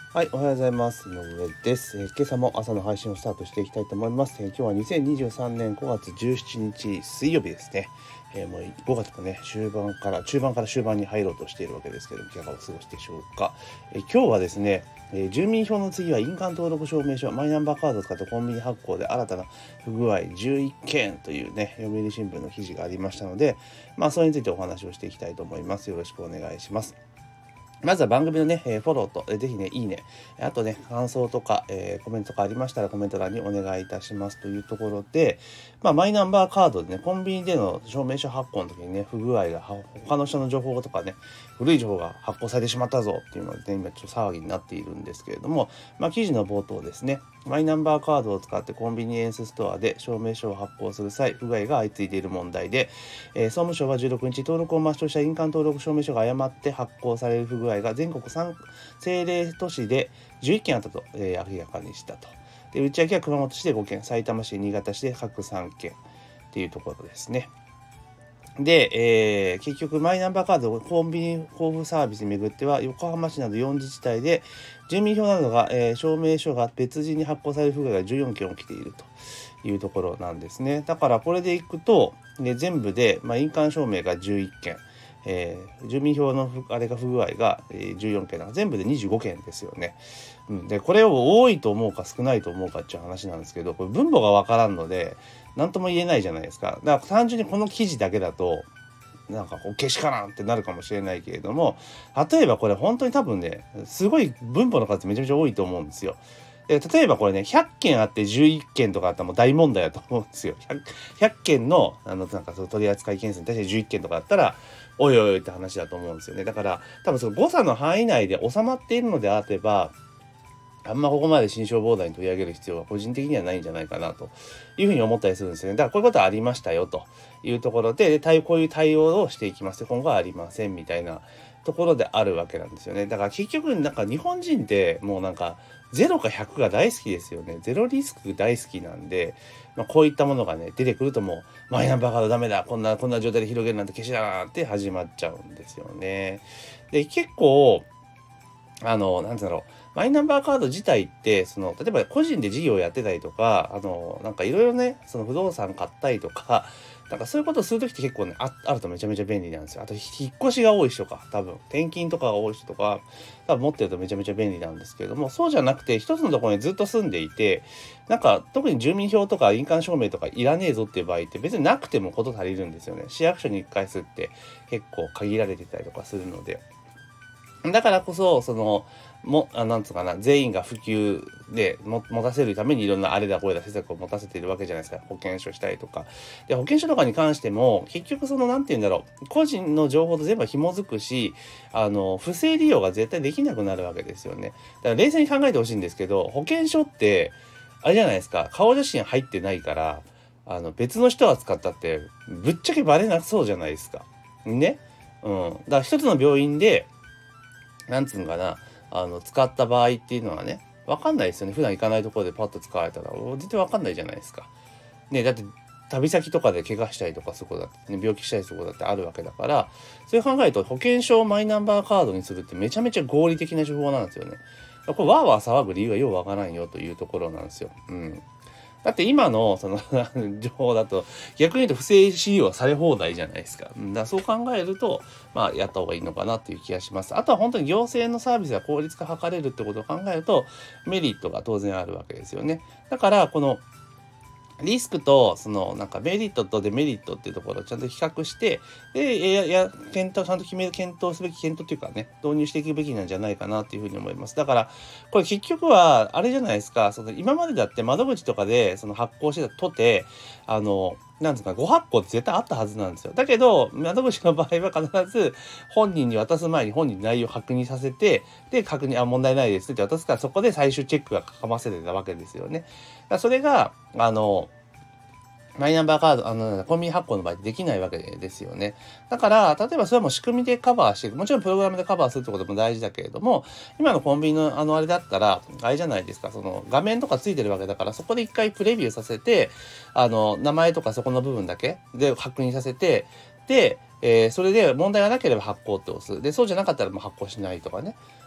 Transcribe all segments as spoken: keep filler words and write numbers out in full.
はい、おはようございます。井上です、えー、今朝も朝の配信をスタートしていきたいと思います。えー、今日はにせんにじゅうさんねんごがつじゅうしちにち水曜日ですね。えー、もうごがつもね、終盤から中盤から終盤に入ろうとしているわけですけども、いかがお過ごしでしょうか。えー、今日はですね、えー、住民票の次は印鑑登録証明書、マイナンバーカードを使ったコンビニ発行で新たな不具合じゅういっけんというね、読売新聞の記事がありましたので、まあそれについてお話をしていきたいと思います。よろしくお願いします。まずは番組のね、えー、フォローと、えー、ぜひね、いいね、あとね、感想とか、えー、コメントとかありましたらコメント欄にお願いいたしますというところで、まあ、マイナンバーカードでね、コンビニでの証明書発行の時にね、不具合が、他の人の情報とかね、古い情報が発行されてしまったぞっていうので、ね、今ちょっと騒ぎになっているんですけれども、まあ、記事の冒頭ですね、マイナンバーカードを使ってコンビニエンスストアで証明書を発行する際、不具合が相次いでいる問題で、えー、総務省はじゅうろくにち、登録を抹消した印鑑登録証明書が誤って発行される不具合が全国さん政令都市でじゅういっけんあったと、えー、明らかにしたと。で、内訳は熊本市でごけん、さいたま市、新潟市で各さんけんっていうところですね。で、えー、結局マイナンバーカードコンビニ交付サービスにめぐっては横浜市などよん自治体で住民票などが、えー、証明書が別人に発行される不具合がじゅうよんけん起きているというところなんですね。だからこれでいくと、ね、全部で、まあ、印鑑証明がじゅういっけん、えー、住民票のあれが不具合が、えー、じゅうよんけんだから全部でにじゅうごけんですよね。うん、でこれを多いと思うか少ないと思うかっていう話なんですけど、これ分母がわからんので何とも言えないじゃないですか。だから単純にこの記事だけだとなんかこうけしからんってなるかもしれないけれども、例えばこれ本当に多分ね、すごい分母の数めちゃめちゃ多いと思うんですよ。で例えばこれね、ひゃっけんあってじゅういっけんとかあったらもう大問題だと思うんですよ。ひゃく, ひゃっけんのあのなんかその取扱件数に対してじゅういっけんとかあったらおいおいおいって話だと思うんですよね。だから多分その誤差の範囲内で収まっているのであれば、あんまここまで心象膨大に取り上げる必要は個人的にはないんじゃないかなというふうに思ったりするんですよね。だからこういうことはありましたよというところで、でこういう対応をしていきます。今後はありませんみたいなところであるわけなんですよね。だから結局なんか日本人ってもうなんかゼロかひゃくが大好きですよね。ゼロリスク大好きなんで、まあ、こういったものがね出てくるともうマイナンバーカードダメだ、こんなこんな状態で広げるなんてけしだなって始まっちゃうんですよね。で結構あのなんて言うんだろう、マイナンバーカード自体ってその例えば個人で事業やってたりとか、あのなんかいろいろね、その不動産買ったりとか、なんかそういうことをするときって結構ね あ, あるとめちゃめちゃ便利なんですよ。あと引っ越しが多い人か、多分転勤とかが多い人とか多分持ってるとめちゃめちゃ便利なんですけれども、そうじゃなくて一つのところにずっと住んでいて、なんか特に住民票とか印鑑証明とかいらねえぞっていう場合って別になくてもこと足りるんですよね。市役所にいっかいするって結構限られてたりとかするので、だからこそそのもあなんつうかな、全員が普及でも持たせるためにいろんなあれだこれだ施策を持たせているわけじゃないですか。保険証したりとかで、保険証とかに関しても結局そのなんて言うんだろう、個人の情報と全部紐づくし、あの不正利用が絶対できなくなるわけですよね。だから冷静に考えてほしいんですけど、保険証ってあれじゃないですか、顔写真入ってないからあの別の人が使ったってぶっちゃけバレなそうじゃないですかね。うん、だから一つの病院でなんつうのかな、あの使った場合っていうのはね、分かんないですよね。普段行かないところでパッと使われたら全然分かんないじゃないですか。ね、だって旅先とかで怪我したりとかすることだって、ね、病気したりすることだってあるわけだから、それ考えると保険証をマイナンバーカードにするってめちゃめちゃ合理的な手法なんですよね。これわーわー騒ぐ理由はようわからんよというところなんですよ。うん。だって今のその情報だと逆に言うと不正使用はされ放題じゃないですか。だからそう考えると、まあやった方がいいのかなっていう気がします。あとは本当に行政のサービスが効率化図れるってことを考えるとメリットが当然あるわけですよね。だからこのリスクとそのなんかメリットとデメリットっていうところをちゃんと比較して、でやや検討ちゃんと決める検討すべき検討っていうかね、導入していくべきなんじゃないかなっていうふうに思います。だからこれ結局はあれじゃないですか、その今までだって窓口とかでその発行してたとて、あのなんですか、ご発行って絶対あったはずなんですよ。だけど窓口の場合は必ず本人に渡す前に本人に内容を確認させて、で確認あ問題ないですって渡すから、そこで最終チェックがかませてたわけですよね。だからそれがあのマイナンバーカード、あの、コンビニ発行の場合できないわけですよね。だから、例えばそれはもう仕組みでカバーしていく。もちろんプログラムでカバーするってことも大事だけれども、今のコンビニのあのあれだったら、あれじゃないですか、その画面とかついてるわけだから、そこで一回プレビューさせて、あの、名前とかそこの部分だけで確認させて、で、えー、それで問題がなければ発行って押す。で、そうじゃなかったらもう発行しないとかね。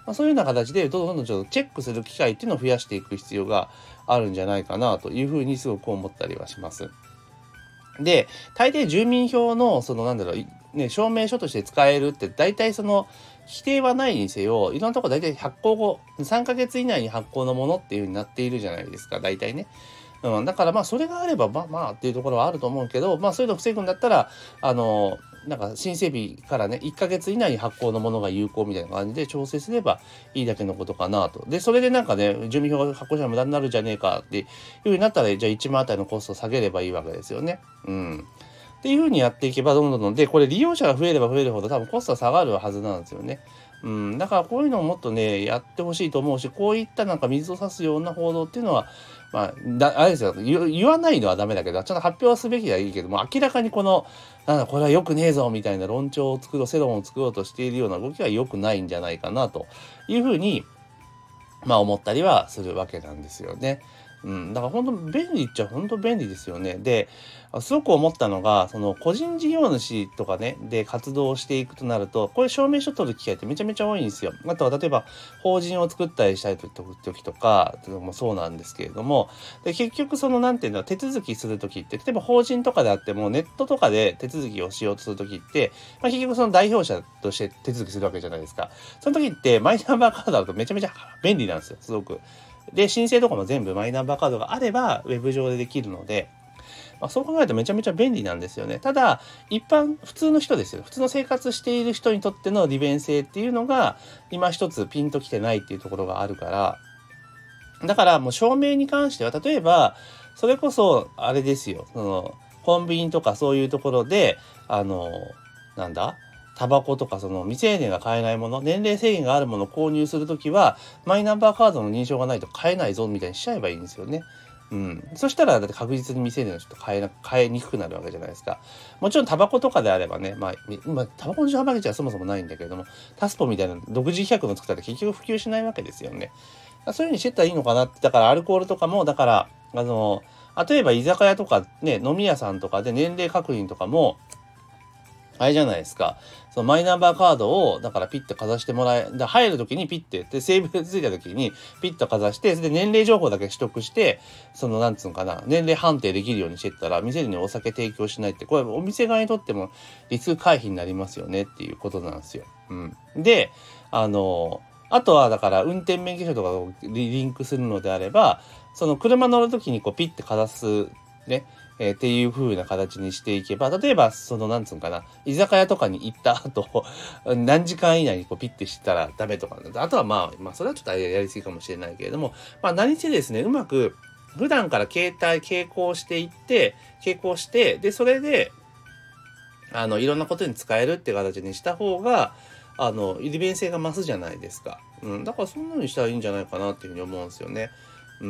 まあ、そういうような形でどんどんどんちょっとチェックする機会っていうのを増やしていく必要があるんじゃないかなというふうにすごく思ったりはします。で、大抵住民票のそのなんだろう、ね、証明書として使えるって大体その規定はないにせよ、いろんなとこ大体発行後さんかげつ以内に発行のものっていう風になっているじゃないですか、大体ね。うん、だからまあそれがあればまあまあっていうところはあると思うけど、まあそういうのを防ぐんだったら、あのなんか申請日からねいっかげつ以内に発行のものが有効みたいな感じで調整すればいいだけのことかなと。でそれでなんかね住民票が発行者の無駄になるじゃねえかっていう風になったら、じゃあいちまんあたりのコストを下げればいいわけですよね。うん。っていう風にやっていけばどんどんどんで、これ利用者が増えれば増えるほど多分コストは下がるはずなんですよね。うん、だからこういうのをもっとねやってほしいと思うし、こういったなんか水を差すような報道っていうのはまあだあれですよ、言言わないのはダメだけど、ちゃんと発表すべきはいいけども、明らかにこのなんだこれは良くねえぞみたいな論調を作ろう、世論を作ろうとしているような動きは良くないんじゃないかなというふうにまあ思ったりはするわけなんですよね。うん、だから本当便利っちゃ本当便利ですよね。で、すごく思ったのが、その個人事業主とかね、で活動をしていくとなると、これ証明書取る機会ってめちゃめちゃ多いんですよ。あとは例えば法人を作ったりしたい時とかもそうなんですけれども、で結局そのなんていうの手続きする時って、例えば法人とかであってもネットとかで手続きをしようとする時って、まあ、結局その代表者として手続きするわけじゃないですか。その時ってマイナンバーカードだとめちゃめちゃ便利なんですよ、すごく。で、申請とかも全部マイナンバーカードがあれば、ウェブ上でできるので、まあ、そう考えるとめちゃめちゃ便利なんですよね。ただ、一般、普通の人ですよ。普通の生活している人にとっての利便性っていうのが、今一つピンときてないっていうところがあるから、だからもう証明に関しては、例えば、それこそ、あれですよ、その、コンビニとかそういうところで、あの、なんだタバコとかその未成年が買えないもの、年齢制限があるものを購入するときは、マイナンバーカードの認証がないと買えないぞみたいにしちゃえばいいんですよね。うん。そしたら、だって確実に未成年の人買えな、買えにくくなるわけじゃないですか。もちろんタバコとかであればね、まあ、まあ、タバコの自販売機はそもそもないんだけれども、タスポみたいな独自規約の作ったら結局普及しないわけですよね。そういう風にしてったらいいのかなって。だからアルコールとかも、だから、あの、例えば居酒屋とかね、飲み屋さんとかで年齢確認とかも、あれじゃないですか。そのマイナンバーカードを、だからピッてかざしてもらえ、で入るときにピッて、で、セーブがついたときにピッとかざして、それで年齢情報だけ取得して、その、なんつうのかな、年齢判定できるようにしてったら、店にお酒提供しないって、これお店側にとってもリスク回避になりますよねっていうことなんですよ。うん。で、あの、あとはだから運転免許証とかをリンクするのであれば、その車乗るときにこうピッてかざす、ね、えー、っていう風な形にしていけば、例えば、その、なんつうのかな、居酒屋とかに行った後、何時間以内にこうピッてしたらダメとか、あとはまあ、まあ、それはちょっとやりすぎかもしれないけれども、まあ、何せですね、うまく、普段から携帯、傾向していって、傾向して、で、それで、あの、いろんなことに使えるっていう形にした方が、あの、利便性が増すじゃないですか。うん。だからそんな風にしたらいいんじゃないかなっていうふうに思うんですよね。うん。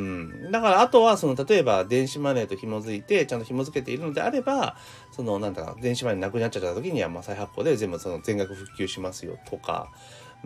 だからあとはその例えば電子マネーと紐づいてちゃんと紐づけているのであれば、そのなんだか電子マネーなくなっちゃった時にはまあ再発行で全部その全額復旧しますよとか、うん、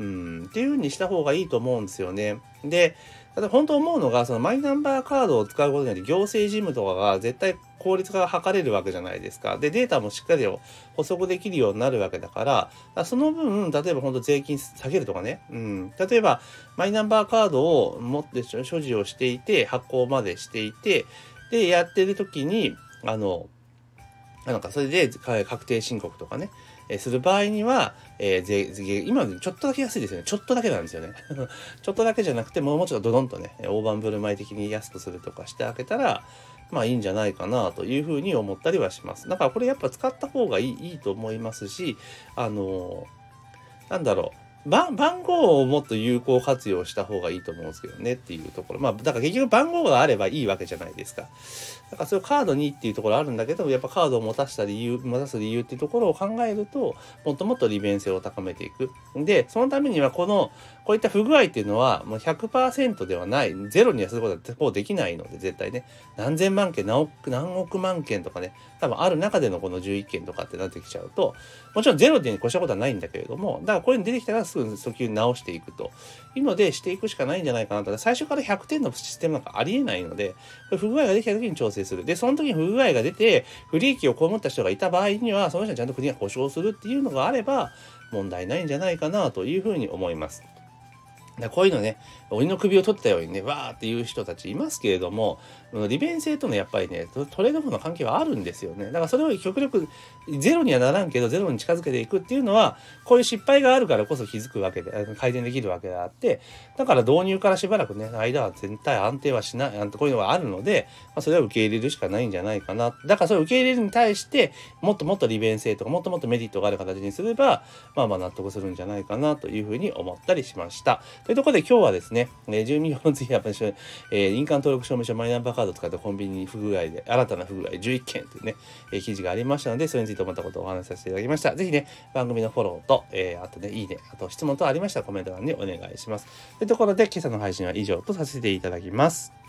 っていう風にした方がいいと思うんですよね。で、ただ本当思うのがそのマイナンバーカードを使うことによって行政事務とかが絶対効率化が図れるわけじゃないですか。で、データもしっかり補足できるようになるわけだから、からその分、例えば本当税金下げるとかね、うん、例えばマイナンバーカードを持って所持をしていて、発行までしていて、で、やってる時に、あの、なんかそれで確定申告とかね、えー、する場合には、えー、税、税、今ちょっとだけ安いですよね。ちょっとだけなんですよね。ちょっとだけじゃなくて、もうちょっとドドンとね、大盤振る舞い的に安くするとかしてあげたら、まあいいんじゃないかなというふうに思ったりはします。だからこれやっぱ使った方がいい、いいと思いますし、あのー、なんだろう。番、番号をもっと有効活用した方がいいと思うんですけどねっていうところ。まあ、だから結局番号があればいいわけじゃないですか。だからそれをカードにっていうところあるんだけど、やっぱカードを持たした理由、持たす理由っていうところを考えると、もっともっと利便性を高めていく。で、そのためにはこの、こういった不具合っていうのはもう ひゃくパーセント ではない、ゼロにはすることはこうできないので、絶対ね、何千万件、何億、何億万件とかね、多分ある中でのこのじゅういっけんとかってなってきちゃうと、もちろんゼロでに越したことはないんだけれども、だからこれに出てきたらすぐ訴求直していくというのでしていくしかないんじゃないかなと。最初からひゃくてんのシステムなんかありえないので、これ不具合ができた時に調整する。で、その時に不具合が出て、不利益を被った人がいた場合には、その人にちゃんと国が保証するっていうのがあれば、問題ないんじゃないかなというふうに思います。 でこういうのね、鬼の首を取ったようにね、わーっていう人たちいますけれども、利便性とのやっぱりね、トレードオフの関係はあるんですよね。だからそれを極力ゼロにはならんけど、ゼロに近づけていくっていうのは、こういう失敗があるからこそ気づくわけで、改善できるわけであって、だから導入からしばらくね、間は絶対安定はしない、なんてこういうのがあるので、まあ、それは受け入れるしかないんじゃないかな。だからそれを受け入れるに対して、もっともっと利便性とか、もっともっとメリットがある形にすれば、まあまあ納得するんじゃないかなというふうに思ったりしました。というところで今日はですね、住民票の次は、えー、印鑑登録証明書マイナンバーカードを使ってコンビニ不具合で、新たな不具合じゅういっけんというね、えー、記事がありましたので、それについて思ったことをお話しさせていただきました。ぜひね、番組のフォローと、えー、あとね、いいね、あと質問等ありましたらコメント欄にお願いします。というところで、今朝の配信は以上とさせていただきます。